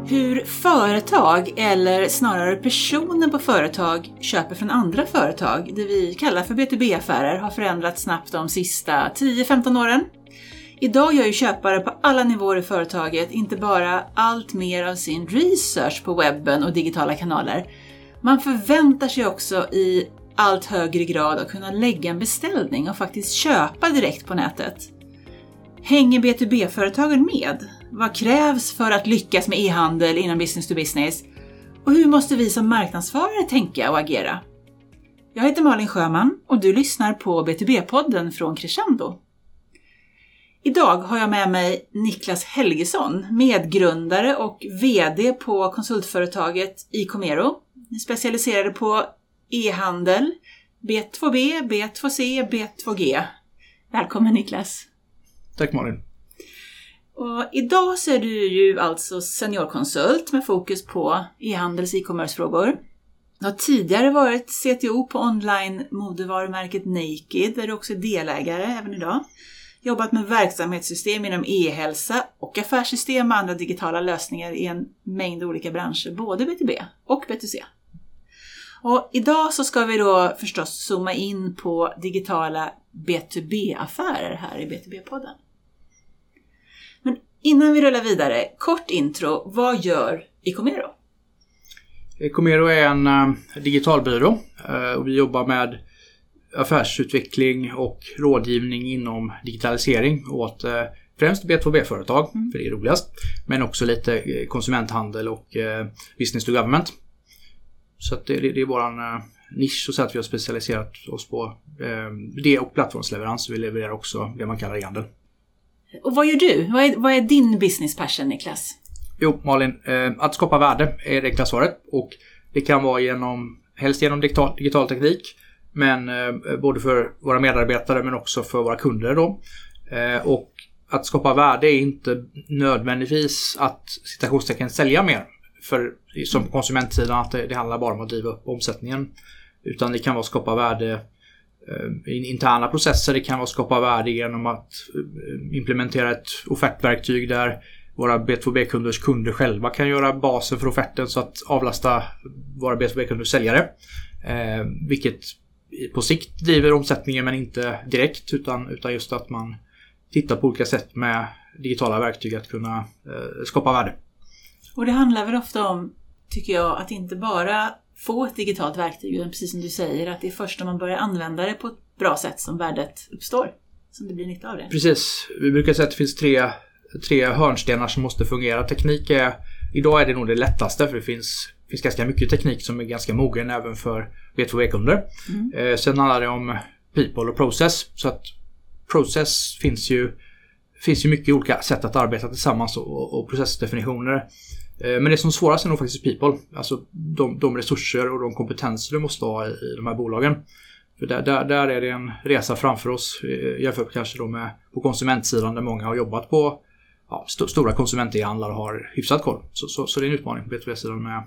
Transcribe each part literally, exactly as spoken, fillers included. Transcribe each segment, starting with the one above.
Hur företag, eller snarare personer på företag, köper från andra företag, det vi kallar för B två B-affärer, har förändrats snabbt de sista tio till femton åren. Idag gör ju köpare på alla nivåer i företaget inte bara allt mer av sin research på webben och digitala kanaler. Man förväntar sig också i allt högre grad att kunna lägga en beställning och faktiskt köpa direkt på nätet. Hänger B två B-företagen med? Vad krävs för att lyckas med e-handel inom business to business? Och hur måste vi som marknadsförare tänka och agera? Jag heter Malin Sjöman och du lyssnar på B två B-podden från Crescendo. Idag har jag med mig Niklas Helgesson, medgrundare och vd på konsultföretaget iComero. Specialiserade på e-handel, B två B, B två C, B två G. Välkommen Niklas. Tack Malin. Och idag så är du ju alltså seniorkonsult med fokus på e-handels e-commerce-frågor. Du har tidigare varit C T O på online-modevarumärket Naked, där du också är delägare även idag. Jobbat med verksamhetssystem inom e-hälsa och affärssystem med andra digitala lösningar i en mängd olika branscher, både B två B och B två C. Och idag så ska vi då förstås zooma in på digitala B två B-affärer här i B två B-podden. Men innan vi rullar vidare, kort intro, vad gör iComero? iComero är en uh, digitalbyrå uh, och vi jobbar med affärsutveckling och rådgivning inom digitalisering åt uh, främst B två B-företag, mm. för det är roligast, men också lite uh, konsumenthandel och uh, business to government. Så att det, det, det är våran uh, nisch, så att vi har specialiserat oss på uh, det och plattformsleverans. Vi levererar också det man kallar e-handel. Och vad gör du? Vad är, vad är din business passion, Niklas? Jo, Malin, eh, att skapa värde är det enkla svaret. Och det kan vara genom, helst genom digital, digital teknik, men eh, både för våra medarbetare men också för våra kunder då. Eh, och att skapa värde är inte nödvändigtvis att citationstecken sälja mer. För som på konsumentsidan att det, det handlar bara om att driva upp omsättningen. Utan det kan vara att skapa värde i interna processer, det kan vara att skapa värde genom att implementera ett offertverktyg där våra B två B-kunders kunder själva kan göra basen för offerten så att avlasta våra B två B-kunders säljare. Eh, vilket på sikt driver omsättningen men inte direkt utan, utan just att man tittar på olika sätt med digitala verktyg att kunna eh, skapa värde. Och det handlar väl ofta om, tycker jag, att inte bara få ett digitalt verktyg, utan precis som du säger, att det är först när man börjar använda det på ett bra sätt som värdet uppstår, som det blir nytta av det. Precis, vi brukar säga att det finns tre, tre hörnstenar som måste fungera. Teknik är, idag är det nog det lättaste, för det finns, finns ganska mycket teknik som är ganska mogen även för B två B-kunder. Mm. Eh, sen handlar det om people och process, så att process finns ju, finns ju mycket olika sätt att arbeta tillsammans och, och processdefinitioner. Men det som svårast är nog faktiskt people. Alltså de, de resurser och de kompetenser du måste ha i, i de här bolagen. För där, där, där är det en resa framför oss jämfört kanske då med på konsumentsidan där många har jobbat på ja, st- stora konsumentehandlare och har hyfsat koll. Så, så, så det är en utmaning på B två B-sidan med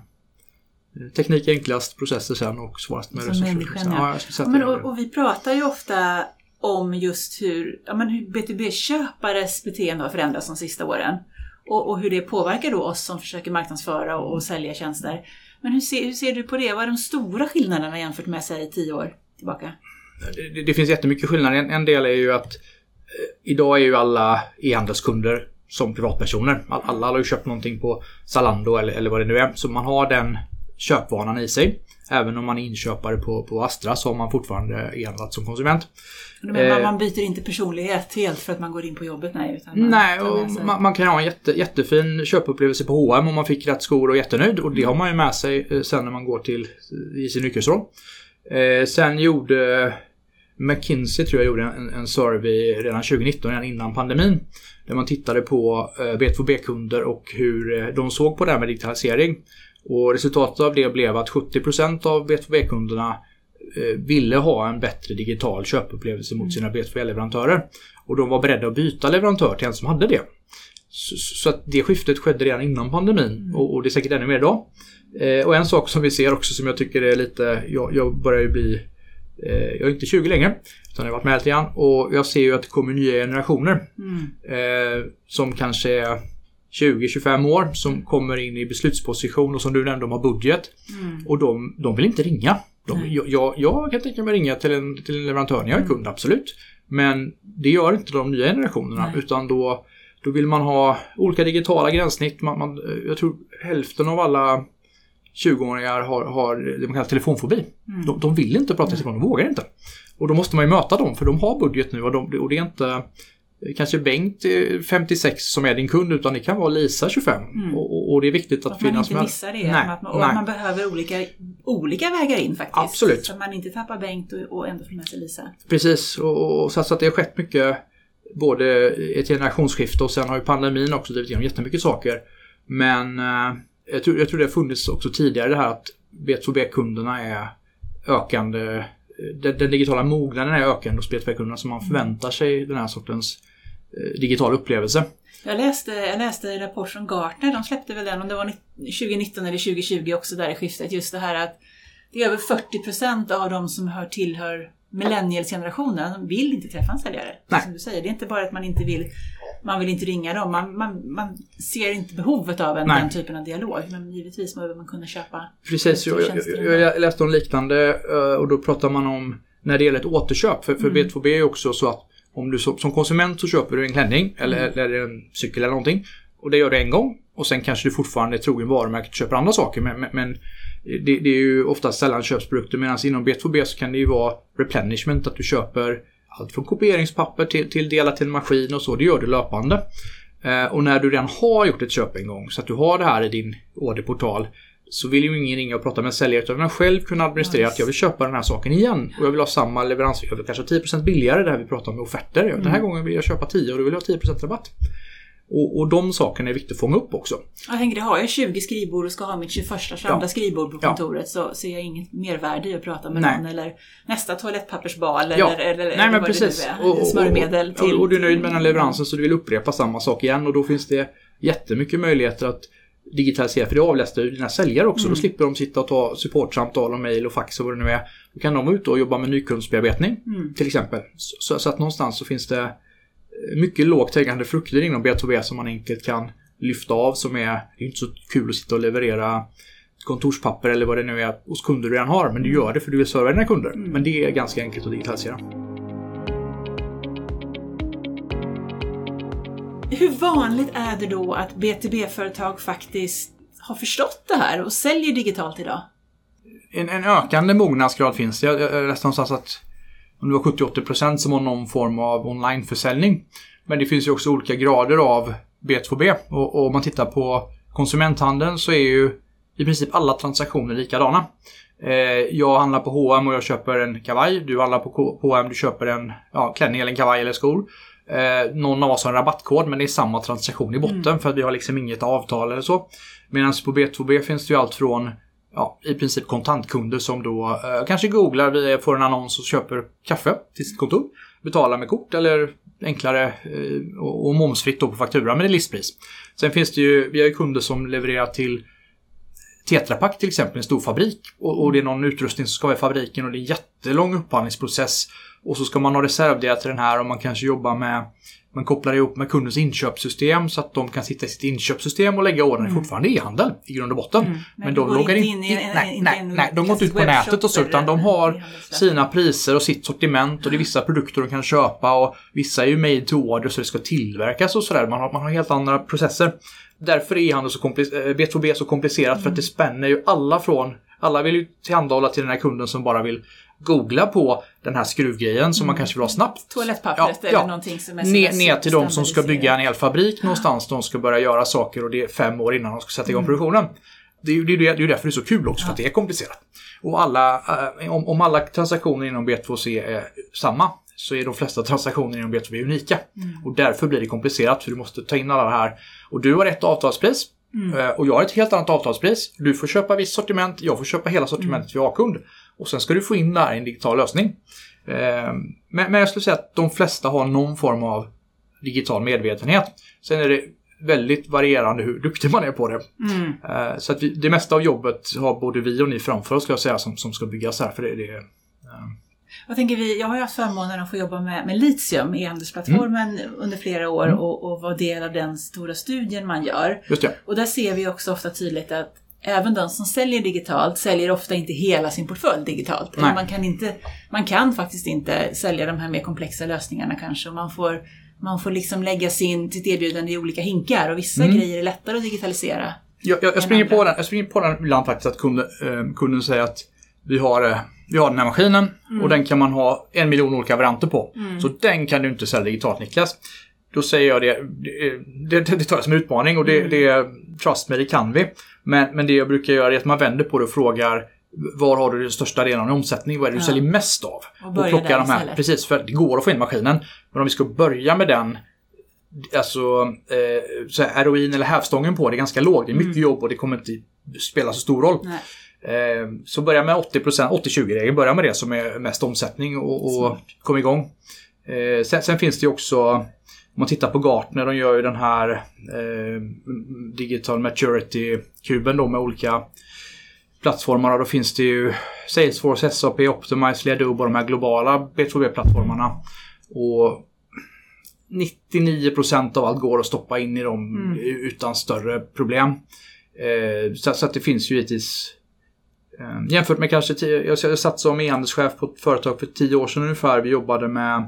teknik enklast, processer sen och svårast med som resurser. Människan, ja. Ja, men, och, och vi pratar ju ofta om just hur, ja, men hur B två B-köpares beteende har förändrats de sista åren. Och, och hur det påverkar då oss som försöker marknadsföra och, och sälja tjänster. Men hur ser, hur ser du på det? Vad är de stora skillnaderna jämfört med, säg, tio år tillbaka? Det, det, det finns jättemycket skillnader. En, en del är ju att eh, idag är ju alla e-handelskunder som privatpersoner. All, alla har ju köpt någonting på Zalando eller, eller vad det nu är. Så man har den köpvanan i sig. Även om man är inköpare på, på Astra så har man fortfarande e-handlat som konsument. Men man, man byter inte personlighet helt för att man går in på jobbet? Nej, utan man, nej och man, man kan ha en jätte, jättefin köpupplevelse på H och M om man fick rätt skor och jättenöjd. Och det har man ju med sig sen när man går till i sin yrkesroll. Eh, sen gjorde McKinsey, tror jag, gjorde en, en survey redan tjugonitton, innan pandemin. Där man tittade på eh, B två B-kunder och hur eh, de såg på det här med digitalisering. Och resultatet av det blev att sjuttio procent av B två B-kunderna eh, ville ha en bättre digital köpupplevelse mot sina B två B-leverantörer. Och de var beredda att byta leverantör till en som hade det. Så, så att det skiftet skedde redan innan pandemin. Mm. Och, och det är säkert ännu mer idag. Eh, och en sak som vi ser också som jag tycker är lite... Jag, jag börjar ju bli... Eh, jag är inte tjugo längre. Utan jag har varit med lite grann. Och jag ser ju att det kommer nya generationer. Mm. Eh, som kanske är tjugo till tjugofem år som kommer in i beslutsposition och som du nämnde, de har budget. Mm. Och de, de vill inte ringa. De, jag, jag, jag kan tänka mig ringa till en, till en leverantör när jag är kund, mm. absolut. Men det gör inte de nya generationerna. Nej. Utan då, då vill man ha olika digitala gränssnitt. Man, man, jag tror hälften av alla tjugo-åringar har, har det man kallar telefonfobi. Mm. De, de vill inte prata i telefon, de vågar inte. Och då måste man ju möta dem, för de har budget nu och, de, och det är inte kanske Bengt femtiosex som är din kund, utan det kan vara Lisa tjugofem. Mm. Och, och det är viktigt att, att finnas med. Man inte missar det. Nej, att man, och att man behöver olika, olika vägar in faktiskt. Absolut. Så att man inte tappar Bengt och, och ändå får med sig Lisa. Precis, och, och så, så att det har skett mycket, både ett generationsskifte och sen har ju pandemin också drivit igenom jättemycket saker. Men eh, jag, tror, jag tror det har funnits också tidigare det här att B två B-kunderna är ökande. Den, den digitala mognaden är ökande hos B två B-kunderna, så man förväntar sig den här sortens eh, digital upplevelse. Jag läste, jag läste en rapport från Gartner, de släppte väl den om det var tjugonitton eller tjugohundratjugo också där i skiftet, just det här att det är över fyrtio procent av de som hör tillhör millennials-generationen vill inte träffa en säljare. Som du säger, det är inte bara att man inte vill, man vill inte ringa dem, man, man, man ser inte behovet av en, den typen av dialog, men givetvis behöver man kunna köpa. Precis, jag, jag, jag läste om liknande och då pratar man om när det gäller ett återköp, för, för mm. B två B är också så att om du som, som konsument så köper du en klänning eller, mm. eller en cykel eller någonting, och det gör du en gång och sen kanske du fortfarande är trogen varumärke och köper andra saker, men, men, men det, det är ju ofta sällan köpsprodukter, medan inom B två B så kan det ju vara replenishment, att du köper allt från kopieringspapper till, till delar till en maskin och så, det gör du löpande. Eh, och när du redan har gjort ett köp en gång så att du har det här i din orderportal, så vill ju ingen ringa och prata med säljare, utan man själv kunna administrera nice. Att jag vill köpa den här saken igen och jag vill ha samma leverans, jag vill kanske tio procent billigare, det här vi pratar om med offerter. Mm. Den här gången vill jag köpa tio och då vill jag ha tio procent rabatt. Och, och de sakerna är viktigt att fånga upp också. Jag tänker, det har jag tjugo skrivbord och ska ha mitt tjugoförsta ja. skrivbord på kontoret, ja. så ser jag inget mervärde i att prata med Nej. någon, eller nästa toalettpappersbal ja. eller, eller, Nej, eller men vad precis. det nu är. Och, smörjmedel till. Och, och du är nöjd med den leveransen, så du vill upprepa samma sak igen, och då finns det jättemycket möjligheter att digitalisera, för det avlästar ju dina säljare också. Mm. Då slipper de sitta och ta supportsamtal och mejl och fax och vad det nu är. Då kan de vara ute och jobba med nykundsbearbetning mm. till exempel. Så, så att någonstans så finns det mycket lågt hängande frukter inom B två B som man enkelt kan lyfta av, som är, det är inte så kul att sitta och leverera kontorspapper eller vad det nu är hos kunder du redan har, men du gör det för du vill serva dina kunder. Mm. Men det är ganska enkelt att digitalisera. Hur vanligt är det då att B två B-företag faktiskt har förstått det här och säljer digitalt idag? En, en ökande mognadsgrad finns det. Jag, jag läste någonstans att om det var sjuttio till åttio procent som har någon form av onlineförsäljning. Men det finns ju också olika grader av B två B. Och, och om man tittar på konsumenthandeln så är ju i princip alla transaktioner likadana. Eh, jag handlar på H och M och jag köper en kavaj. Du handlar på H och M, du köper en ja, klänning eller en kavaj eller skor. Eh, någon av oss har en rabattkod, men det är samma transaktion i botten mm. för att vi har liksom inget avtal eller så. Medan på B två B finns det ju allt från ja, i princip kontantkunder som då eh, kanske googlar, vi får en annons och köper kaffe till sitt kontor, betalar med kort eller enklare eh, och, och momsfritt då på faktura, men det är listpris. Sen finns det ju, vi har ju kunder som levererar till Tetra Pak till exempel, en stor fabrik, och, och det är någon utrustning som ska vara i fabriken och det är en jättelång upphandlingsprocess, och så ska man ha reservdelar till den här, och man kanske jobbar med, man kopplar ihop med kundens inköpssystem så att de kan sitta i sitt inköpssystem och lägga ordern mm. fortfarande i e-handel i grund och botten. Mm. Men, men de loggar in, in, in, in nej, nej, nej, de går inte ut på nätet och så, utan de har sina priser och sitt sortiment, och det är vissa produkter de kan köpa, och vissa är ju made to order så det ska tillverkas och sådär. Man har, man har helt andra processer. Därför är e-handel så komplicerat, B två B så komplicerat mm. för att det spänner ju alla från, alla vill ju tillhandahålla till den här kunden som bara vill googla på den här skruvgrejen som mm. man kanske vill ha snabbt. Toalettpappret ja, eller ja. någonting som är ner, ner till de som ska bygga en hel fabrik någonstans. De ska börja göra saker, och det är fem år innan de ska sätta igång mm. produktionen. Det är ju det, det, det är därför det är så kul också, ja. för att det är komplicerat. Och alla, om, om alla transaktioner inom B två C är samma, så är de flesta transaktioner inom B två B unika. Mm. Och därför blir det komplicerat, för du måste ta in alla det här. Och du har ett avtalspris. Mm. Och jag har ett helt annat avtalspris. Du får köpa viss sortiment, jag får köpa hela sortimentet mm. vid A-kund. Och sen ska du få in det här i en digital lösning. Men jag skulle säga att de flesta har någon form av digital medvetenhet. Sen är det väldigt varierande hur duktig man är på det. Mm. Så att vi, det mesta av jobbet har både vi och ni framför oss, ska jag säga, som, som ska byggas här. För det, det, Jag tänker vi, jag har ju haft förmånen att få jobba med, med Litium, e-handelsplattformen, mm. under flera år mm. och, och vara del av den stora studien man gör. Just det. Och där ser vi också ofta tydligt att även de som säljer digitalt säljer ofta inte hela sin portfölj digitalt. Man kan, inte, man kan faktiskt inte sälja de här mer komplexa lösningarna kanske. Och man får, man får liksom lägga sin, sitt erbjudande i olika hinkar och vissa mm. grejer är lättare att digitalisera. Jag, jag, jag, springer, på den, jag springer på den ibland faktiskt att kunden, eh, kunden säger att vi har, eh, vi har den här maskinen mm. och den kan man ha en miljon olika varianter på. Mm. Så den kan du inte sälja digitalt, Niklas. Då säger jag det, det, det, det tar jag som utmaning och det, mm. det trust me, det kan vi. Men, men det jag brukar göra är att man vänder på det och frågar var har du den största delen av omsättning? Vad är det du ja. säljer mest av? Och, och plocka de här, precis, för det går att få in maskinen. Men om vi ska börja med den, alltså eh, så här, heroin eller hävstången på det är ganska låg. Det är mycket mm. jobb och det kommer inte spela så stor roll. Eh, så börja med åttio procent, åttio tjugo-regeln, börja med det som är mest omsättning och, och kom igång. Eh, sen, sen finns det ju också, om man tittar på Gartner, de gör ju den här eh, Digital Maturity-kuben då med olika plattformar. Och då finns det ju Salesforce, S A P, Optimize, Leadobo, de här globala B två B-plattformarna. Och nittionio procent av allt går att stoppa in i dem mm. utan större problem. Eh, så, så att det finns ju givetvis eh, jämfört med kanske tio, jag, jag satt som e-handelschef på ett företag för tio år sedan ungefär. Vi jobbade med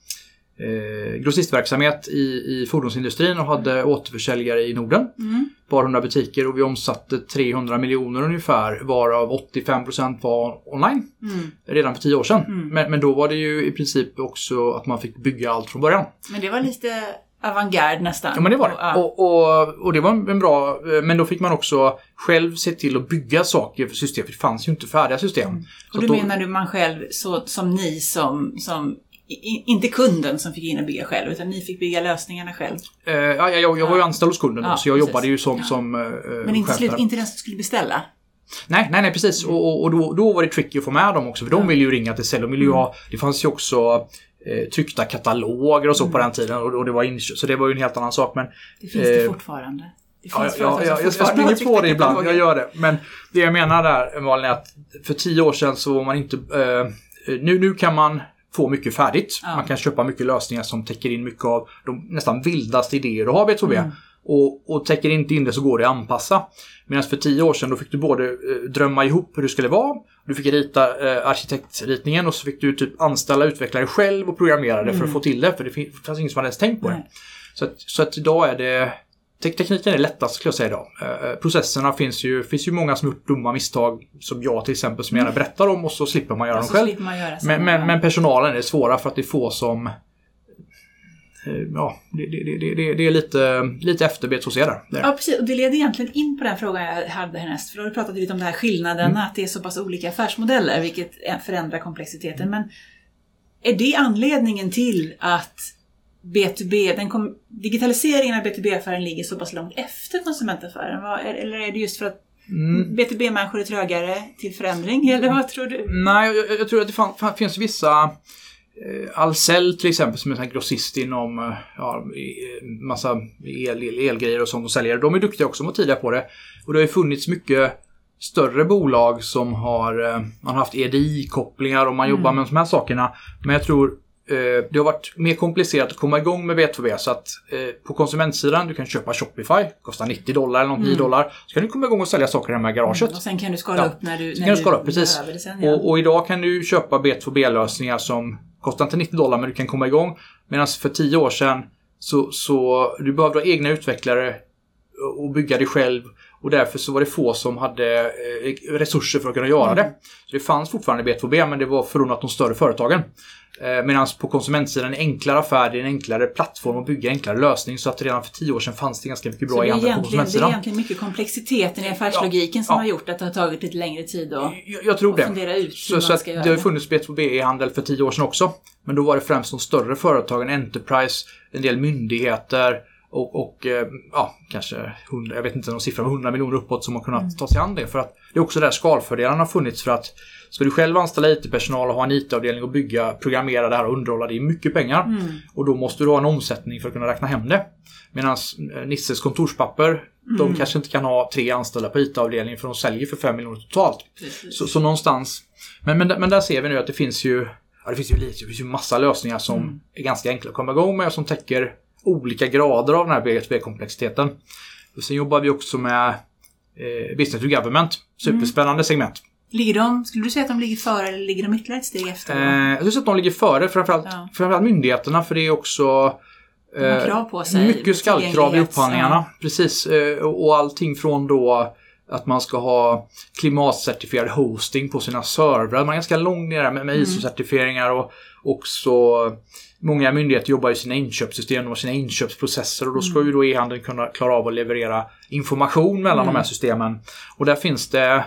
Eh, grossistverksamhet i, i fordonsindustrin och hade mm. återförsäljare i Norden. Mm. Ett par hundra butiker och vi omsatte trehundra miljoner ungefär, varav åttiofem procent var online mm. redan för tio år sedan. Mm. Men, men då var det ju i princip också att man fick bygga allt från början. Men det var lite avantgarde nästan. Ja, men det var det. Och, och, och det var en bra, men då fick man också själv se till att bygga saker för system, för det fanns ju inte färdiga system. Mm. Och då, då menar du man själv, så, som ni som... som inte kunden som fick in och bygga själv, utan ni fick bygga lösningarna själv. Uh, ja, jag, jag var ju anställd hos kunden då, ja, så jag precis. jobbade ju som, ja. som uh, Men inte, slut, inte den som skulle beställa? Nej, nej, nej precis. Mm. Och, och då, då var det tricky att få med dem också, för de mm. ville ju ringa till sälj. De ville ju mm. ha, det fanns ju också eh, tryckta kataloger och så mm. på den tiden, och, och det var in, så det var ju en helt annan sak. Men, det finns eh, det fortfarande. Det ja, ja, ja, jag springer på det ibland, jag gör det. Men det jag menar där, Malin, är att för tio år sedan så var man inte... Eh, nu, nu kan man få mycket färdigt. Ja. Man kan köpa mycket lösningar som täcker in mycket av de nästan vildaste idéer du har, B två B. Mm. Och, och täcker inte in det så går det att anpassa. Medan för tio år sedan då fick du både eh, drömma ihop hur det skulle vara. Du fick rita eh, arkitektritningen och så fick du typ anställa utvecklare själv och programmera det mm. för att få till det. För det fanns ingen som hade ens tänkt på det. Så att, så att idag är det... Tekniken är lättast skulle jag säga idag. Eh, processerna finns ju, finns ju många som gjort dumma misstag som jag till exempel som gärna berättar om och så slipper man göra dem själv. Göra men, men, men personalen är svåra för att det är få som eh, ja, det, det, det, det, det är lite, lite efter B två C där. Ja, precis. Och det leder egentligen in på den frågan jag hade härnäst. För då har du pratat lite om den här skillnaden mm. att det är så pass olika affärsmodeller vilket förändrar komplexiteten. Men är det anledningen till att B två B, den kom, digitaliseringen av B två B-affären ligger så pass långt efter konsumentaffären? Vad, eller är det just för att mm. B två B-människor är trögare till förändring? Eller vad tror du? Nej, jag, jag tror att det fan, fan, finns vissa... Eh, Ahlsell till exempel som är en grossist inom ja, massa el, el, elgrejer och sånt och säljer. De är duktiga också och tidiga på det. Och det har ju funnits mycket större bolag som har, eh, man har haft E D I-kopplingar och man mm. jobbar med de här sakerna. Men jag tror det har varit mer komplicerat att komma igång med B två B så att eh, på konsumentsidan du kan köpa Shopify, kostar nittio dollar eller nio mm. dollar, så kan du komma igång och sälja saker hemma i garaget. Mm, och sen kan du skala ja. upp när du, när kan du, skala upp, du precis. behöver det sen. Ja. Och, och idag kan du köpa B två B-lösningar som kostar inte nittio dollar men du kan komma igång. Medan för tio år sedan så, så du behövde ha egna utvecklare och bygga det själv. Och därför så var det få som hade eh, resurser för att kunna göra mm. det. Så det fanns fortfarande B två B men det var förunnat de större företagen. Eh, Medan på konsumentsidan en enklare affär, en enklare plattform och bygga enklare lösning. Så att redan för tio år sedan fanns det ganska mycket bra e-handel på konsumentsidan. Det är egentligen mycket komplexiteten i affärslogiken ja, som ja. har gjort att det har tagit lite längre tid att jag, jag tror det. fundera ut så, hur så man ska göra det. Det har funnits B två B-e-handel för tio år sedan också. Men då var det främst de större företagen, Enterprise, en del myndigheter och, och ja, kanske hundra, jag vet inte någon siffra, hundra miljoner uppåt som har kunnat mm. ta sig an det. För att det är också där skalfördelarna har funnits för att ska du själv anställa I T-personal och ha en I T-avdelning och bygga, programmera det här och underhålla det är mycket pengar. Mm. Och då måste du ha en omsättning för att kunna räkna hem det. Medan Nisses kontorspapper, mm. de kanske inte kan ha tre anställda på I T-avdelningen för de säljer för fem miljoner totalt. Så, så någonstans. Men, men, men där ser vi nu att det finns ju Ja, det finns ju lite, det finns ju massa lösningar som mm. är ganska enkla att komma igång med, som täcker olika grader av den här B två B-komplexiteten. Och sen jobbar vi också med eh, business to government. Superspännande mm. segment. Ligger de, skulle du säga att de ligger före eller ligger de ytterligare ett steg efter? Eh, jag tror att de ligger före, framförallt, ja. framförallt myndigheterna, för det är också eh, krav på sig, mycket skallkrav i upphandlingarna. Ja. Precis, eh, och allting från då att man ska ha klimatcertifierad hosting på sina servrar. Man är ganska lång ner med, med I S O-certifieringar, och också många myndigheter jobbar i sina inköpssystem och sina inköpsprocesser, och då ska mm. ju då e-handeln kunna klara av att leverera information mellan mm. de här systemen. Och där finns det,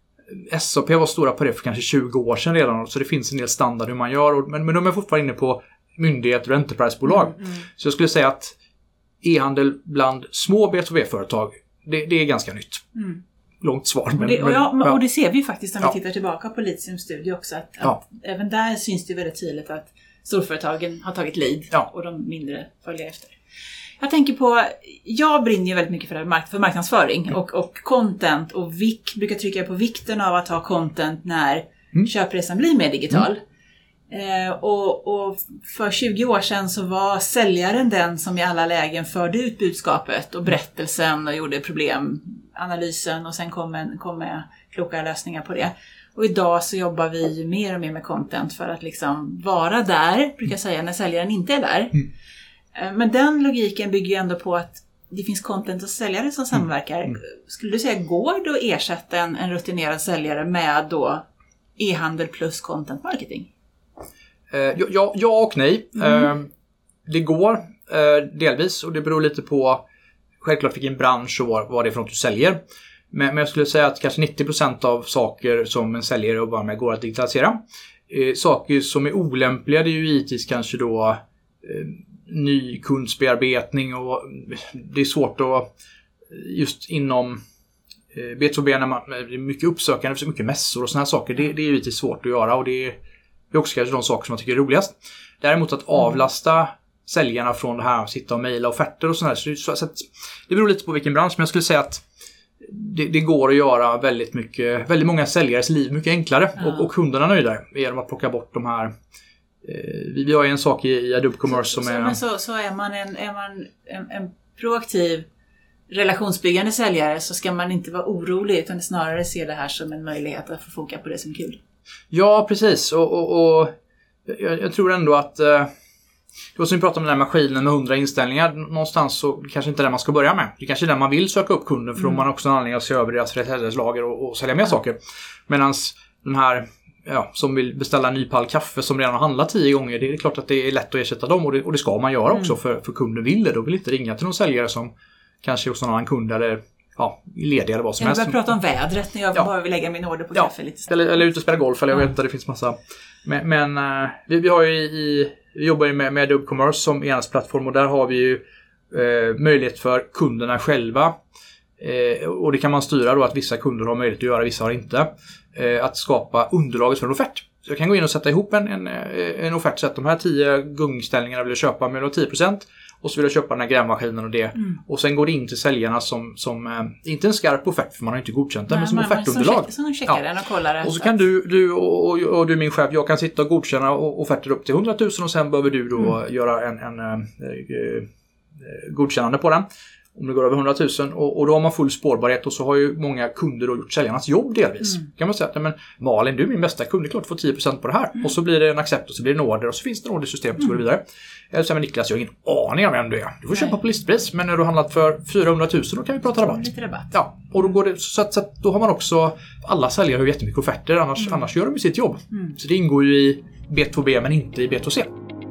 S A P var stora på det för kanske tjugo år sedan redan, så det finns en del standard hur man gör, och, men, men de är fortfarande inne på myndigheter och enterprisebolag. Mm. Mm. Så jag skulle säga att e-handel bland små B två B-företag, det, det är ganska nytt. Mm. Långt svar. Men, och, det, och, ja, men, och det ser vi ju faktiskt när vi ja. tittar tillbaka på Litiums studie också, att, ja. att även där syns det väldigt tydligt att storföretagen har tagit lead ja. och de mindre följer efter. Jag tänker på, jag brinner ju väldigt mycket för, mark- för marknadsföring mm. och, och content, och vik, brukar trycka på vikten av att ha content när mm. köpresan blir mer digital. Mm. Eh, och, och för tjugo år sedan så var säljaren den som i alla lägen förde ut budskapet och berättelsen och gjorde problemanalysen, och sen kom, en, kom med kloka lösningar på det. Och idag så jobbar vi mer och mer med content för att liksom vara där, brukar jag säga, när säljaren inte är där. Mm. Men den logiken bygger ju ändå på att det finns content och säljare som samverkar. Mm. Skulle du säga, går det att ersätta en, en rutinerad säljare med då e-handel plus content marketing? Uh, ja, ja och nej. Mm. Uh, det går uh, delvis, och det beror lite på självklart vilken bransch och vad, vad det är för något du säljer. Men, men jag skulle säga att kanske nittio procent av saker som en säljare jobbar med går att digitalisera. Uh, saker som är olämpliga, det är ju givetvis kanske då uh, ny kundsbearbetning, och det är svårt att just inom B två B när man, det är mycket uppsökande, för mycket mässor och såna här saker, det, det är ju lite svårt att göra, och det är, det är också kanske de saker som man tycker är roligast. Däremot att avlasta säljarna från det här, sitta och mejla offerter och sånt här, så, så, så att, det beror lite på vilken bransch, men jag skulle säga att det, det går att göra väldigt mycket, väldigt många säljares liv mycket enklare, ja. och, och kunderna nöjdare genom att plocka bort de här. Vi, vi har en sak i, i Adobe Commerce som så, är... Men så, så är man, en, är man en, en proaktiv relationsbyggande säljare, så ska man inte vara orolig, utan snarare se det här som en möjlighet att få foka på det som är kul. Ja, precis. Och, och, och jag, jag tror ändå att eh, det var som vi pratade om den här maskinen med hundra inställningar, någonstans så kanske inte det man ska börja med. Det kanske är där man vill söka upp kunden, för mm. man har också en anledning att se över deras försäljningslager och, och sälja mer ja. saker. Medan den här Ja, som vill beställa en ny pall kaffe som redan har handlat tio gånger, det är klart att det är lätt att ersätta dem, och det, och det ska man göra också, mm. för, för kunden vill det. Då vill inte ringa till någon säljare som kanske hos någon annan kund eller ja, ledig eller vad som jag helst. Jag börjar prata om vädret när jag ja. bara vill lägga min order på ja. kaffe lite. Eller, eller ut och spela golf, eller jag vet inte, det finns massa. Men, men uh, vi, vi har ju i, vi jobbar ju med, med Adobe Commerce som e-handelsplattform, och där har vi ju uh, möjlighet för kunderna själva. Uh, och det kan man styra då, att vissa kunder har möjlighet att göra, vissa har inte. Att skapa underlaget för en offert. Så jag kan gå in och sätta ihop en, en, en offert, så att de här tio gungställningarna vill jag köpa med tio procent, och så vill jag köpa den här grävmaskinen och det. Mm. Och sen går det in till säljarna som, som inte en skarp offert, för man har inte godkänt den, men som offertunderlag. Som, som checkar ja. den och kollar det. Och så kan du, du och, och, och du min chef, jag kan sitta och godkänna offerter upp till hundratusen, och sen behöver du då mm. göra en, en, en, en godkännande på den. Om det går över hundratusen, och, och då har man full spårbarhet, och så har ju många kunder då gjort säljarnas jobb delvis. Mm. Kan man säga att men Malin, du är min bästa kund, det är klart du får tio procent på det här. Mm. Och så blir det en accept, och så blir det en order, och så finns det en ordersystem som mm. går vidare. Eller så här med Niklas, jag har ingen aning om vem du är. Du får Nej. köpa på listpris, men när du har handlat för fyrahundratusen, då kan vi prata rabatt. Lite rabatt. Ja, och då går det så att, så att då har man också, alla säljare har ju jättemycket offerter, annars, mm. annars gör de ju sitt jobb. Mm. Så det ingår ju i B två B men inte i B två C.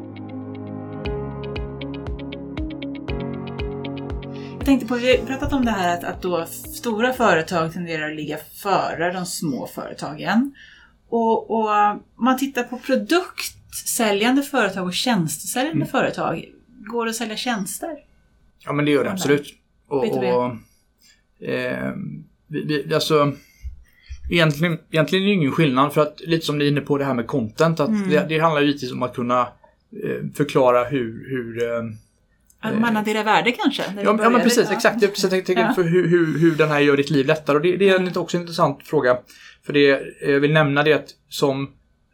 Jag tänkte på, vi har pratat om det här att, att då stora företag tenderar att ligga före de små företagen. Och, och man tittar på produktsäljande företag och tjänstesäljande mm. företag. Går det att sälja tjänster? Ja, men det gör det absolut. Och, och eh, vi, vi, alltså, egentligen, egentligen är det ingen skillnad, för att lite som ni är inne på det här med content, att mm. det, det handlar ju lite om att kunna eh, förklara hur... hur eh, Att man adderar värde kanske? Ja, ja, men precis, ja. exakt. Jag tänkte ja. för hur, hur, hur den här gör ditt liv lättare. Och det, det är en också en intressant fråga. För det, jag vill nämna det att som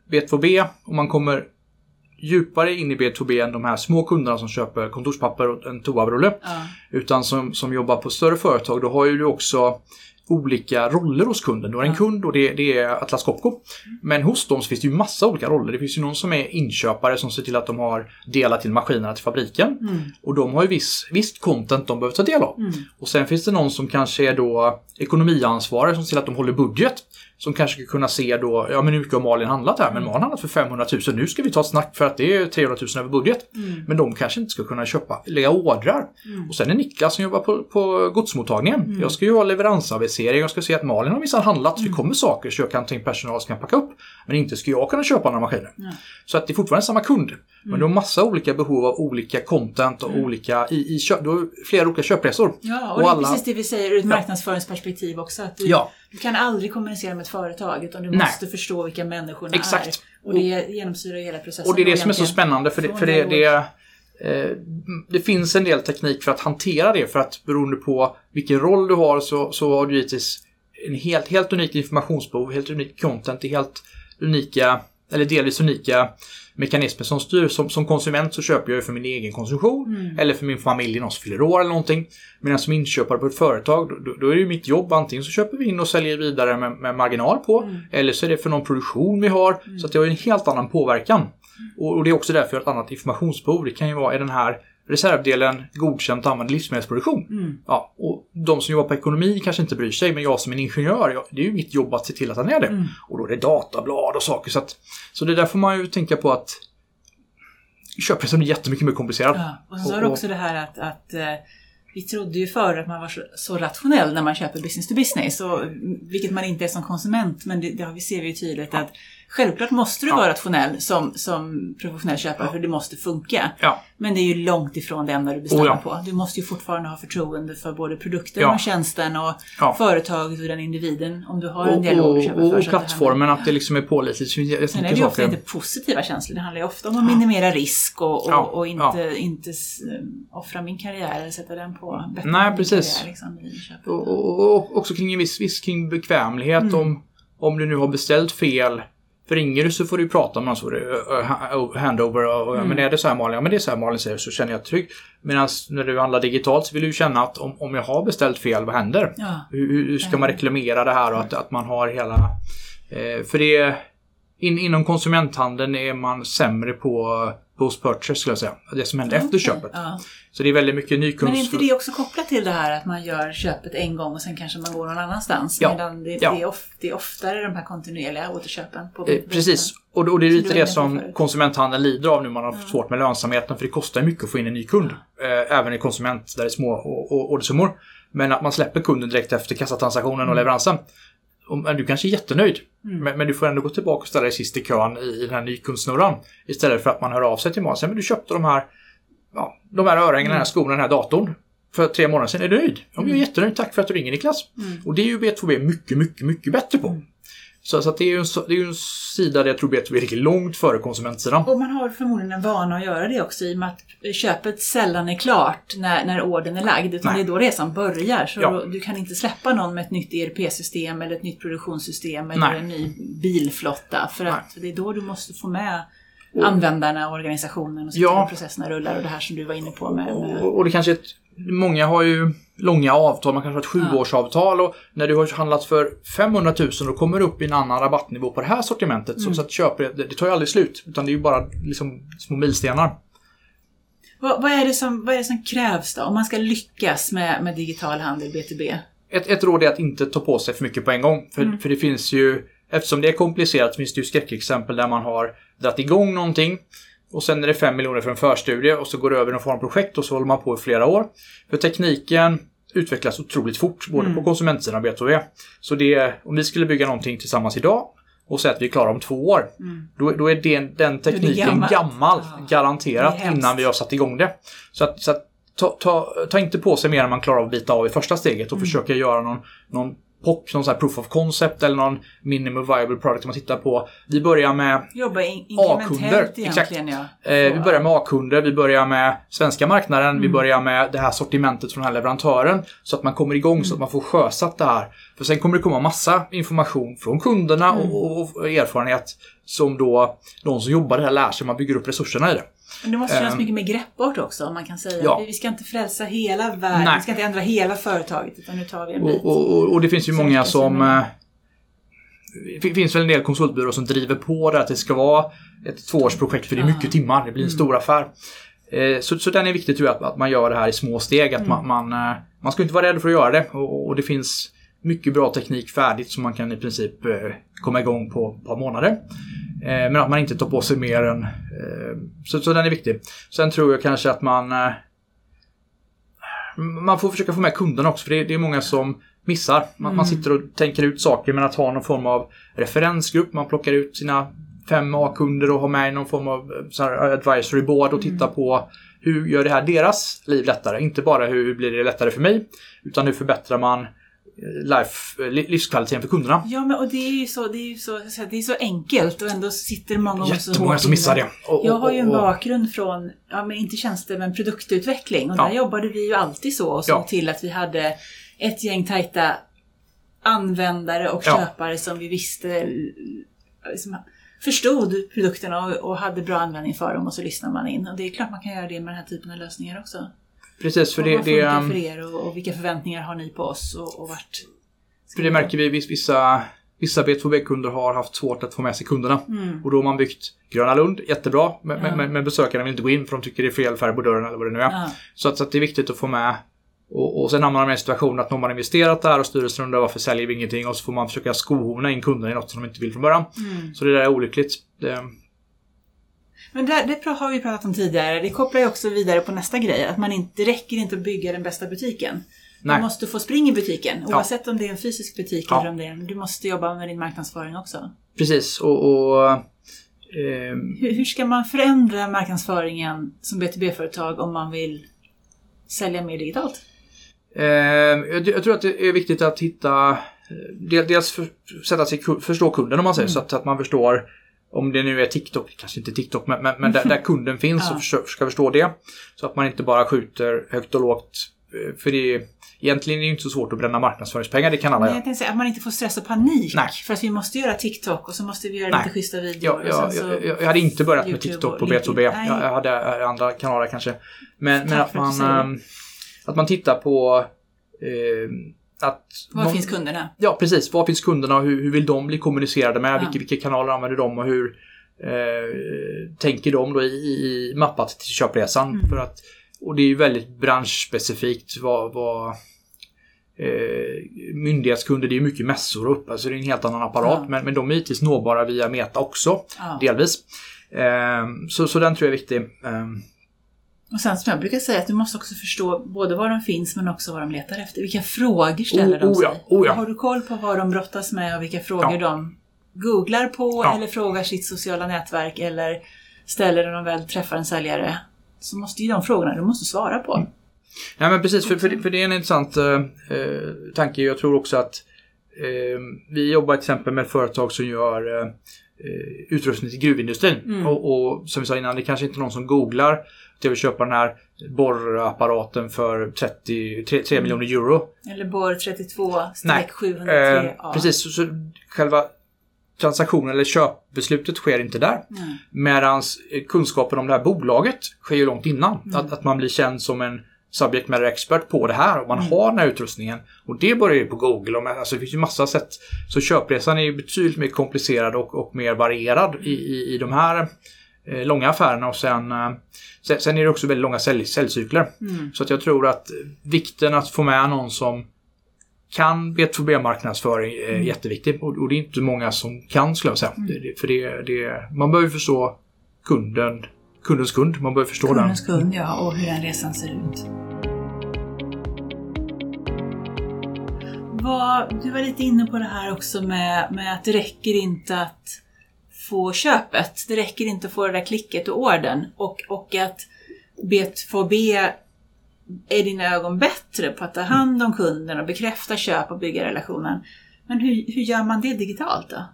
B två B, om man kommer djupare in i B två B än de här små kunderna som köper kontorspapper och en toabrulle, ja. utan som, som jobbar på större företag, då har ju du också olika roller hos kunden. Du har en ja. kund och det, det är Atlas Copco. Mm. Men hos dem så finns det ju massa olika roller. Det finns ju någon som är inköpare som ser till att de har delat till maskinerna till fabriken. Mm. Och de har ju viss, visst content de behöver ta del av. Mm. Och sen finns det någon som kanske är då ekonomiansvarig som ser till att de håller budget. Som kanske ska kunna se då, ja men hur mycket har Malin handlat här? Men Malin har handlat för femhundratusen. Nu ska vi ta ett snack för att det är trehundratusen över budget. Mm. Men de kanske inte ska kunna köpa, lägga ordrar. Mm. Och sen är Niklas som jobbar på, på godsmottagningen. Mm. Jag ska ju ha leveransavisering. Jag ska se att Malin har visst handlat. Så det kommer saker så jag kan ta in personal som kan packa upp. Men inte ska jag kunna köpa några maskiner. Mm. Så att det är fortfarande samma kund. Mm. Men du har massa olika behov av olika content och mm. olika i, i köp, du har flera olika köpresor. Ja, och, och det är alla, precis det vi säger ur ett marknadsföringsperspektiv också. Att du, ja. du kan aldrig kommunicera med ett företag utan du Nej. måste förstå vilka människorna Exakt. är. Och det genomsyrar hela processen. Och det är det som är så spännande för det, för det, det, eh, det finns en del teknik för att hantera det, för att beroende på vilken roll du har så, så har du givetvis en helt, helt unik informationsbehov, helt unik content, helt unika eller delvis unika mekanismer som styr. Som, som konsument så köper jag för min egen konsumtion mm. eller för min familj, någon som fyller år eller någonting. Medan som inköpare på ett företag, då, då är det ju mitt jobb. Antingen så köper vi in och säljer vidare med, med marginal på mm. eller så är det för någon produktion vi har. Mm. Så att det har en helt annan påverkan. Mm. Och, och det är också därför ett annat informationsbehov. Det kan ju vara i den här reservdelen godkänt att använda livsmedelsproduktion. Mm. Ja, och de som jobbar på ekonomi kanske inte bryr sig, men jag som en ingenjör, jag, det är ju mitt jobb att se till att han är det. Mm. Och då är det datablad och saker. Så, att, så det där får man ju tänka på att köpprocessen är jättemycket mer komplicerad. Ja, och så är det också det här att, att eh, vi trodde ju förr att man var så, så rationell när man köper business to business, och, vilket man inte är som konsument, men det, det vi ser vi ju tydligt att självklart måste du ja. vara rationell som, som professionell köpare, ja. för det måste funka. Ja. Men det är ju långt ifrån det ämne du bestämmer oh, ja. på. Du måste ju fortfarande ha förtroende för både produkten ja. och tjänsten och ja. företaget och den individen, om du har en dialog. Och, och, och, och plattformen, att det liksom är pålitligt. Sen är det ju ofta inte positiva känslor. Det handlar ju ofta om att minimera risk och, och, ja. och inte, ja. inte offra min karriär eller sätta den på bättre. Nej, precis. Karriär, liksom, i och, och, och också kring en viss, viss kring bekvämlighet. Mm. Om, om du nu har beställt fel, för ringer du så får du prata med någon, så uh, handover och, mm. men är det så här Malin? Ja, men det är så här Malin säger, så känner jag trygg. Medan när du handlar digitalt så vill du känna att om, om jag har beställt fel, vad händer? Ja. Hur, hur ska man reklamera det här och att, att man har hela... Eh, för det in, inom konsumenthandeln är man sämre på post-purchase, skulle jag säga. Det som händer okay. efter köpet. Ja. Så det är väldigt mycket ny kunskap. Men är inte det också kopplat till det här att man gör köpet en gång och sen kanske man går någon annanstans? Ja. Medan det, ja. det, är of, det är oftare de här kontinuerliga återköpen. På eh, precis. Och, och det är lite det som konsumenthandeln lider av nu. Man har ja. svårt med lönsamheten, för det kostar mycket att få in en ny kund. Ja. Eh, även i konsument där det är små ordersummor. Men att man släpper kunden direkt efter kassatransaktionen mm. och leveransen. Och, du kanske är jättenöjd. Mm. Men, men du får ändå gå tillbaka och ställa dig sist i kön i, i den här nykundsnurran. Istället för att man hör av sig till månaden. Sen men du köpte de här Ja, de här örhängena, mm. den här skorna, den här datorn för tre månader sedan. Är du nöjd? Ja, jag är jättenöjd. Tack för att du ringer, Niklas. Mm. Och det är ju B två B mycket, mycket, mycket bättre på. Mm. Så, så att det är ju en, det är ju en sida där jag tror B två B ligger långt före konsumentsidan. Och man har förmodligen en vana att göra det också, i och med att köpet sällan är klart när, när ordern är lagd. Utan Nej. det är då resan börjar. Så ja. du kan inte släppa någon med ett nytt E R P-system eller ett nytt produktionssystem eller Nej. en ny bilflotta. För att Nej. det är då du måste få med Och, användarna, organisationen och så ja, processerna rullar och det här som du var inne på med. med... Och, och det kanske är ett, många har ju långa avtal, man kanske har ett sjuårsavtal och när du har handlat för femhundratusen och kommer upp i en annan rabattnivå på det här sortimentet mm. så, så att köper det, det tar ju aldrig slut, utan det är ju bara liksom små milstenar. Vad, vad, är det som, vad är det som krävs då om man ska lyckas med, med digital handel B two B? Ett, ett råd är att inte ta på sig för mycket på en gång, för, mm. för det finns ju, eftersom det är komplicerat, finns det ju skräckexempel där man har dratt igång någonting och sen är det fem miljoner för en förstudie och så går det över någon form av projekt och så håller man på i flera år. För tekniken utvecklas otroligt fort, både mm. på konsumentsidan och B två B. Så det, om vi skulle bygga någonting tillsammans idag och säga att vi är klara om två år, mm. då, då är det, den tekniken det gammal, ja. garanterat, innan vi har satt igång det. Så att, så att ta, ta, ta inte på sig mer än man klarar av att bita av i första steget och mm. försöka göra någon, någon P O C, någon sån här proof of concept eller någon minimum viable product som man tittar på. Vi börjar med Jobba in- A-kunder. Exakt. Ja. Eh, vi börjar med A-kunder, vi börjar med svenska marknaden, mm. vi börjar med det här sortimentet från den här leverantören så att man kommer igång, mm. så att man får sjösatt det här. För sen kommer det komma massa information från kunderna mm. och, och, och erfarenhet som då de som jobbar det här lär sig, man bygger upp resurserna i det. Men det måste kännas um, mycket mer greppbart också, om man kan säga. Ja. Vi ska inte frälsa hela världen, Nej. vi ska inte ändra hela företaget, utan nu tar vi en bit. Och, och, och det finns ju så många som... Eh, det finns väl en del konsultbyråer som driver på det, att det ska vara ett tvåårsprojekt, för det är mycket timmar, det blir en mm. stor affär. Eh, så, så den är viktigt tror jag, att, att man gör det här i små steg, att mm. man, man, eh, man ska inte vara rädd för att göra det. Och, och det finns mycket bra teknik färdigt som man kan i princip eh, komma igång på ett par månader. Men att man inte tar på sig mer än... Eh, så, så den är viktig. Sen tror jag kanske att man... Eh, man får försöka få med kunderna också. För det, det är många som missar. Man, mm. man sitter och tänker ut saker, men att ha någon form av referensgrupp. Man plockar ut sina fem A-kunder och har med någon form av så här, advisory board och tittar mm. på hur gör det här deras liv lättare. Inte bara hur blir det lättare för mig, utan hur förbättrar man life, livskvaliteten för kunderna. Ja, men och det är ju så, det är ju så, det är så enkelt och ändå sitter många Jättemånga som missar det. Och, och, jag har ju en bakgrund från, ja men inte tjänster men produktutveckling och ja. Där jobbade vi ju alltid så och så ja. Till att vi hade ett gäng tajta användare och ja. Köpare som vi visste liksom, förstod produkterna och, och hade bra användning för dem och så lyssnar man in. Och det är klart man kan göra det med den här typen av lösningar också. Precis, för och det... Vad det funkar för er och, och vilka förväntningar har ni på oss och, och vart... För det märker vi, vissa, vissa B två B-kunder har haft svårt att få med sig kunderna. Mm. Och då har man byggt Gröna Lund, jättebra. Men, ja. men, men besökarna vill inte gå in för de tycker det är fel färg på dörren eller vad det nu är. Ja. Så, att, så att det är viktigt att få med. Och, och sen hamnar man i en situation att någon har investerat där och styrelsen undrar varför säljer vi ingenting. Och så får man försöka skohorna in kunderna i något som de inte vill från början. Mm. Så det där är olyckligt. Det... Men det, det har vi pratat om tidigare. Det kopplar ju också vidare på nästa grej. Att man inte, det räcker inte att bygga den bästa butiken. Nej. Du måste få spring i butiken. Oavsett ja. Om det är en fysisk butik ja. Eller om det är, du måste jobba med din marknadsföring också. Precis. Och, och, eh... hur, hur ska man förändra marknadsföringen som B två B-företag om man vill sälja mer digitalt? Eh, jag, jag tror att det är viktigt att hitta... Dels för, sätta sig, förstå kunden om man säger. Mm. Så att, att man förstår... Om det nu är TikTok, kanske inte TikTok, men, men, men där, där kunden finns ja. Och för, ska förstå det. Så att man inte bara skjuter högt och lågt. För det är, egentligen är det inte så svårt att bränna marknadsföringspengar, det kan alla göra. Jag tänkte säga att man inte får stress och panik. Nej. För att vi måste göra TikTok och så måste vi göra Nej. Lite schyssta videor. Ja, ja, jag, jag, jag hade inte börjat med TikTok på B två B. Jag, jag hade andra kanaler kanske. Men, men att, man, att, att man tittar på... Eh, Att var någon, finns kunderna? Ja, precis. Var finns kunderna och hur, hur vill de bli kommunicerade med? Ja. Vilka, vilka kanaler använder de och hur eh, tänker de då i, i mappat till köpresan? Mm. För att, och det är ju väldigt branschspecifikt vad, vad eh, myndighetskunder, det är ju mycket mässor upp. Alltså det är en helt annan apparat. Ja. Men, men de är hittills nåbara via Meta också, ja. Delvis. Eh, så, så den tror jag är viktig. Eh, Och sen som jag brukar säga att du måste också förstå både var de finns men också vad de letar efter. Vilka frågor ställer oh, de sig? Oh ja, oh ja. Har du koll på vad de brottas med och vilka frågor ja. De googlar på ja. Eller frågar sitt sociala nätverk eller ställer när de väl träffar en säljare? Så måste ju de frågorna du måste svara på. Mm. Ja men precis, för, för, det, för det är en intressant eh, tanke. Jag tror också att eh, vi jobbar till exempel med företag som gör eh, utrustning till gruvindustrin. Mm. Och, och som vi sa innan, det är kanske inte någon som googlar att jag vill köpa den här borrapparaten för trettio, tre, tre miljoner euro. Eller borr trettiotvå sjuhundratre. Eh, precis, så, så själva transaktionen eller köpbeslutet sker inte där. Mm. Medan kunskapen om det här bolaget sker ju långt innan. Mm. Att, att man blir känd som en subject matter expert på det här och man mm. har den här utrustningen. Och det börjar ju på Google. Och alltså, det finns ju massa sätt. Så köpresan är ju betydligt mer komplicerad och, och mer varierad i, i, i de här eh, långa affärerna. Och sen, eh, sen, sen är det också väldigt långa sälj, säljcykler. Mm. Så att jag tror att vikten att få med någon som kan B två B-marknadsföring är mm. jätteviktig. Och, och det är inte många som kan, skulle jag säga. Mm. Det, för det, det, man behöver förstå kunden, kundens kund. Man behöver förstå kundens den. Kundens kund, ja. Och hur den resan ser ut. Vad, du var lite inne på det här också med, med att det räcker inte att få köpet. Det räcker inte att få det där klicket och orden. Och, och att B två B är dina ögon bättre på att ta hand om kunden och bekräfta köp och bygga relationen. Men hur, hur gör man det digitalt då?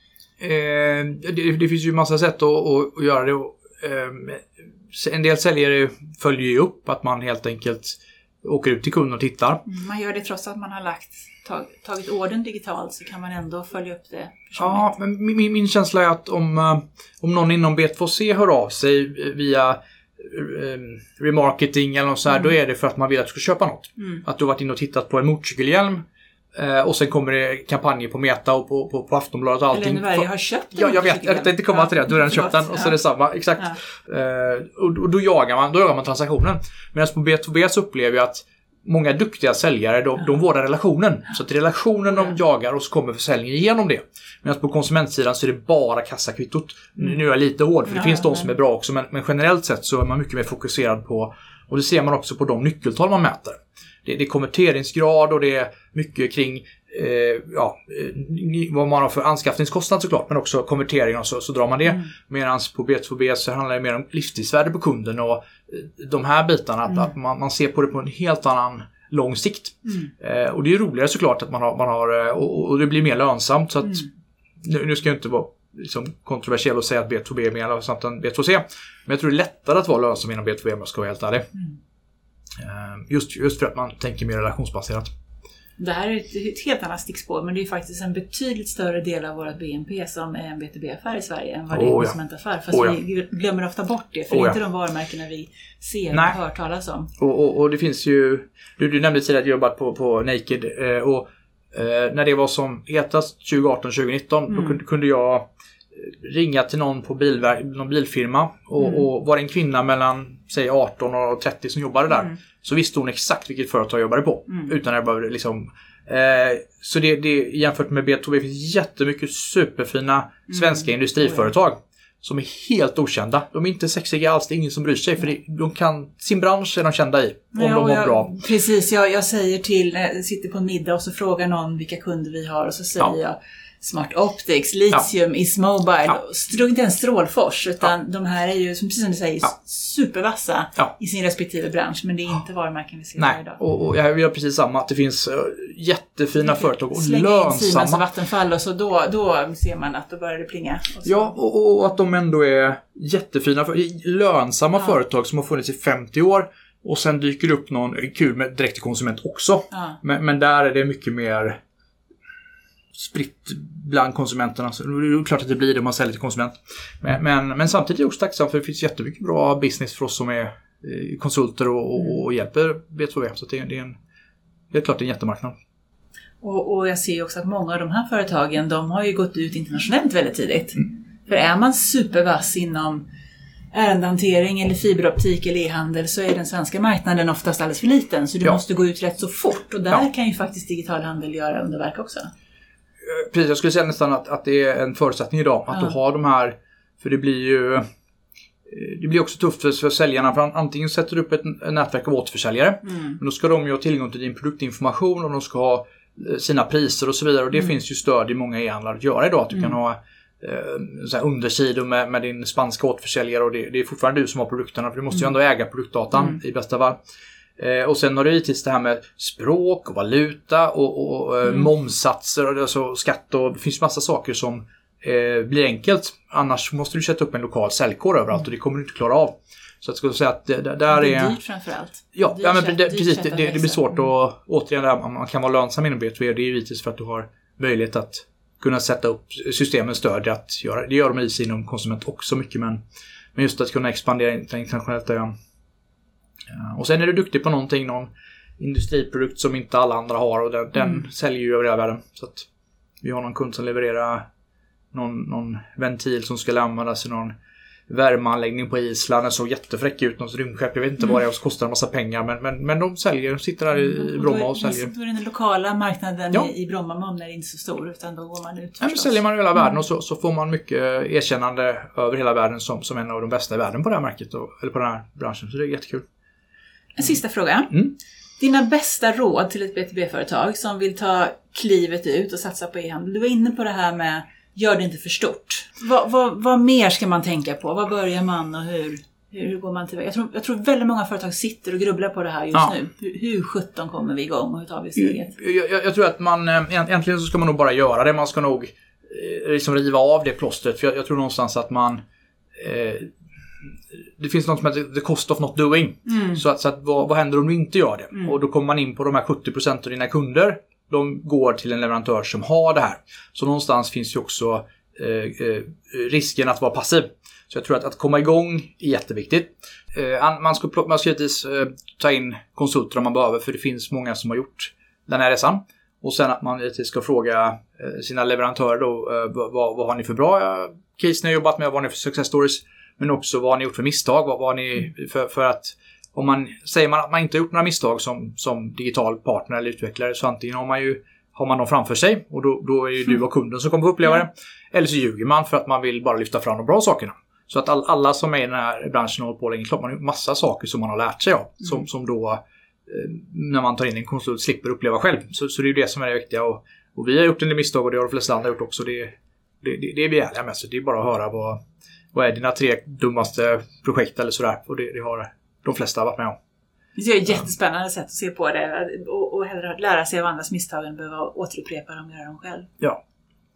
Eh, det, det finns ju massa sätt att, att, att göra det. Eh, en del säljare följer ju upp att man helt enkelt åker ut till kunden och tittar. Man gör det trots att man har lagt, tag, tagit orden digitalt, så kan man ändå följa upp det personligt. Ja, men min, min känsla är att om, om någon inom B två C hör av sig via eh, remarketing eller något så här, mm. då är det för att man vill att du ska köpa något. Mm. Att du har varit inne och tittat på en motorcykelhjälm. Och sen kommer det kampanjer på Meta och på, på, på Aftonbladet och allting. Eller när jag har köpt den. Ja, jag vet. Jag tänkte komma ja, till det. Du har redan köpt den och så är det samma. Exakt. Ja. Uh, och, och då jagar man, då jagar man transaktionen. Medan på B två B så upplever jag att många duktiga säljare, de, ja. de vårdar relationen. Så att relationen de jagar och så kommer försäljningen igenom det. Medan på konsumentsidan så är det bara kassakvittot. Mm. Nu är jag lite hård, för det ja, finns de men... som är bra också. Men, men generellt sett så är man mycket mer fokuserad på, och det ser man också på de nyckeltal man mäter. Det, det är konverteringsgrad och det är mycket kring eh, ja, vad man har för anskaffningskostnad såklart, men också konvertering och så, så drar man det. Mm. Medan på B två B så handlar det mer om livstidsvärde på kunden och de här bitarna, att, mm. att man, man ser på det på en helt annan lång sikt. Mm. Eh, och det är roligare såklart att man har, man har och, och det blir mer lönsamt. Så att, mm. nu, nu ska jag inte vara liksom kontroversiell och säga att B två B är mer lönsamt än B två C, men jag tror det är lättare att vara lönsam inom B två B om jag ska vara helt ärlig. Mm. Just, just för att man tänker mer relationsbaserat. Det här är ett, ett helt annat stickspår, men det är faktiskt en betydligt större del av vårt B N P som är en B två B-affär i Sverige än vad det är en oh, konsumentaffär. Fast oh, ja. vi glömmer ofta bort det, för oh, det är inte ja. de varumärkena vi ser och hör talas om. Och, och, och det finns ju, du, du nämnde tidigare att jag jobbat på, på Naked och eh, när det var som hetast tjugo arton tjugo nitton mm. då kunde, kunde jag ringa till någon på bilver- någon bilfirma och, mm. och var det en kvinna mellan säg arton och trettio som jobbade där, mm. så visste hon exakt vilket företag jag jobbade på mm. utan att jag behövde liksom eh, så det, det jämfört med B två B finns jättemycket superfina svenska mm. industriföretag oh, ja. som är helt okända. De är inte sexiga alls, det är ingen som bryr sig, för det, de kan sin bransch är de kända i om ja, de mår jag, bra. Precis, jag, jag säger till, jag sitter på en middag och så frågar någon vilka kunder vi har och så säger ja. jag Smart Optics, Litium, ja. Ismobile, ja. Str- inte en Strålfors, utan ja. de här är ju, som precis som du säger, ja. supervassa ja. i sin respektive bransch, men det är inte varumärken vi ser Nej. här idag. Och, och jag vill precis samma, att det finns uh, jättefina företag och slänga lönsamma. Slänga in Siemens och Vattenfall och så då, då ser man att då börjar det plinga. Och ja, och, och att de ändå är jättefina, lönsamma ja. företag som har funnits i femtio år. Och sen dyker det upp någon kul med direkt till konsument också. Ja. Men, men där är det mycket mer spritt bland konsumenterna. Så det är klart att det blir det om man säljer till konsument. Men, men, men samtidigt är jag också tacksam, för det finns jättemycket bra business för oss som är konsulter och, och, och hjälper B två B. Så det är, det är en, det är klart en jättemarknad. Och, och jag ser också att många av de här företagen, de har ju gått ut internationellt väldigt tidigt. Mm. För är man supervass inom ärendehantering eller fiberoptik eller e-handel, så är den svenska marknaden oftast alldeles för liten. Så du ja. måste gå ut rätt så fort. Och där ja. kan ju faktiskt digital handel göra underverk också. Precis, jag skulle säga nästan att, att det är en förutsättning idag. Att ja. du har de här, för det blir ju det blir också tufft för, för säljarna. För antingen sätter du upp ett, ett nätverk av återförsäljare. Mm. Men då ska de ju ha tillgång till din produktinformation och de ska ha sina priser och så vidare. Och det mm. finns ju stöd i många e-handlar att göra idag. Att du mm. kan ha eh, så här undersidor med, med din spanska återförsäljare. Och det, det är fortfarande du som har produkterna. För du måste ju ändå äga produktdatan mm. i bästa fall. Eh, och sen har du hittills det här med språk och valuta och, och mm. momssatser och alltså skatt. Och det finns massa saker som eh, blir enkelt. Annars måste du sätta upp en lokal säljkår överallt mm. och det kommer du inte klara av. Så jag skulle säga att det, det där är... Det är dyrt framförallt. Ja, ja men det, precis, det, det, det blir svårt mm. att återigen det här, man kan vara lönsam inom B två B. Det är ju hittills för att du har möjlighet att kunna sätta upp systemen stöd att göra. Det gör de i sig inom konsument också mycket, men, men just att kunna expandera internationellt är jag. Ja, och sen är du duktig på någonting, någon industriprodukt som inte alla andra har, och den, mm. den säljer ju över hela världen. Så att vi har någon kund som levererar någon, någon ventil som ska användas i någon värmeanläggning på Island. Den såg jättefräck ut, något rymdskepp. Jag vet inte mm. vad det är, och kostar en massa pengar. Men, men, men de säljer, de sitter där i mm. Bromma och, och säljer. Då är den lokala marknaden ja. i Bromma, men är inte så stor, utan då går man ut. Ja, men säljer man i hela världen och så, så får man mycket erkännande över hela världen som, som en av de bästa i världen på det här märket, och, eller på den här branschen. Så det är jättekul. En sista fråga. Mm. Dina bästa råd till ett B två B-företag som vill ta klivet ut och satsa på e-handel. Du var inne på det här med gör det inte för stort. Vad, vad, vad mer ska man tänka på? Vad börjar man och hur, Hur, hur går man till? Jag tror, jag tror väldigt många företag sitter och grubblar på det här just ja. nu. Hur, hur sjutton kommer vi igång och hur tar vi steget? Jag, jag, jag tror att man, egentligen så ska man nog bara göra det. Man ska nog eh, liksom riva av det plåstret. För jag, jag tror någonstans att man... Eh, det finns något som heter the cost of not doing. Mm. Så att, så att vad, vad händer om du inte gör det? Mm. Och då kommer man in på de här sjuttio procent av dina kunder. De går till en leverantör som har det här. Så någonstans finns ju också eh, eh, risken att vara passiv. Så jag tror att att komma igång är jätteviktigt. Eh, man ska, man ska givetvis eh, ta in konsulter om man behöver. För det finns många som har gjort den här resan. Och sen att man givetvis ska fråga eh, sina leverantörer då. Eh, vad, vad har ni för bra eh, case ni har jobbat med? Vad har ni för success stories? Men också vad har ni gjort för misstag? Vad, vad har ni för, för att om man säger man att man inte har gjort några misstag som, som digital partner eller utvecklare, så antingen har man ju har man dem framför sig och då, då är ju du och kunden som kommer att uppleva det. Eller så ljuger man för att man vill bara lyfta fram de bra sakerna. Så att all, alla som är i den här branschen och håller på länge, klart man har gjort massa saker som man har lärt sig av. Mm. Som, som då eh, när man tar in en konsult slipper uppleva själv. Så, så det är ju det som är det viktiga. Och, och vi har gjort en del misstag och det har de flesta andra gjort också. Det, det, det, det är vi ärliga med. Så det är bara att höra vad, vad är dina tre dummaste projekt eller sådär. Och det, det har de flesta varit med om. Det är ett jättespännande sätt att se på det. Och, och hellre lära sig av andras misstag än behöva återupprepa dem och göra dem själv. Ja.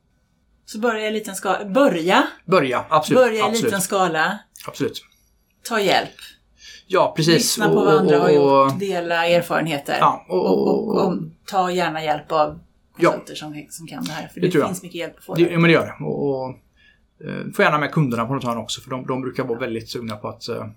Så börja i liten skala. Börja. Börja, absolut. Börja i absolut. liten skala. Absolut. Ta hjälp. Ja, precis. Lyssna på vad och, andra har gjort. Dela erfarenheter. Ja, och, och, och, och, och ta gärna hjälp av konsulter ja, som, som kan det här. För det, det finns jag. mycket hjälp att få. Det, ja, men det gör det. Och, och uh, få gärna med kunderna på något hörn också. För de, de brukar vara väldigt sugna på att uh,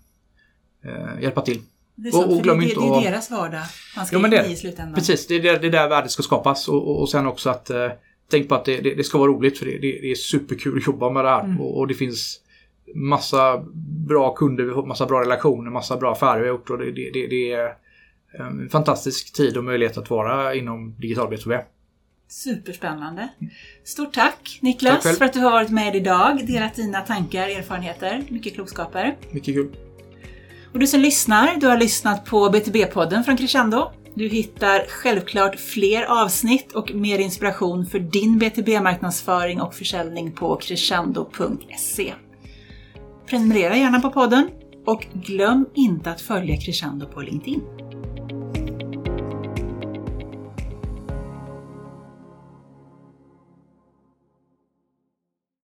uh, hjälpa till. Det är, så, och, och glöm det, inte det, det är deras vardag. Man ska ja, men det, i slutändan. Precis, det är där, det är där värdet ska skapas. Och, och, och sen också att uh, tänk på att det, det, det ska vara roligt. För det, det, det är superkul att jobba med det här. Mm. Och, och det finns massa bra kunder, vi har fått massa bra relationer, massa bra affärer vi har gjort. Och det, det, det, det är en fantastisk tid och möjlighet att vara inom digital B två B. Superspännande. Stort tack Niklas tack för att du har varit med idag. Delat dina tankar, erfarenheter, mycket klokskaper. Mycket kul. Och du som lyssnar, du har lyssnat på B två B-podden från Crescendo. Du hittar självklart fler avsnitt och mer inspiration för din B två B-marknadsföring och försäljning på crescendo punkt se. Prenumerera gärna på podden och glöm inte att följa Crescendo på LinkedIn.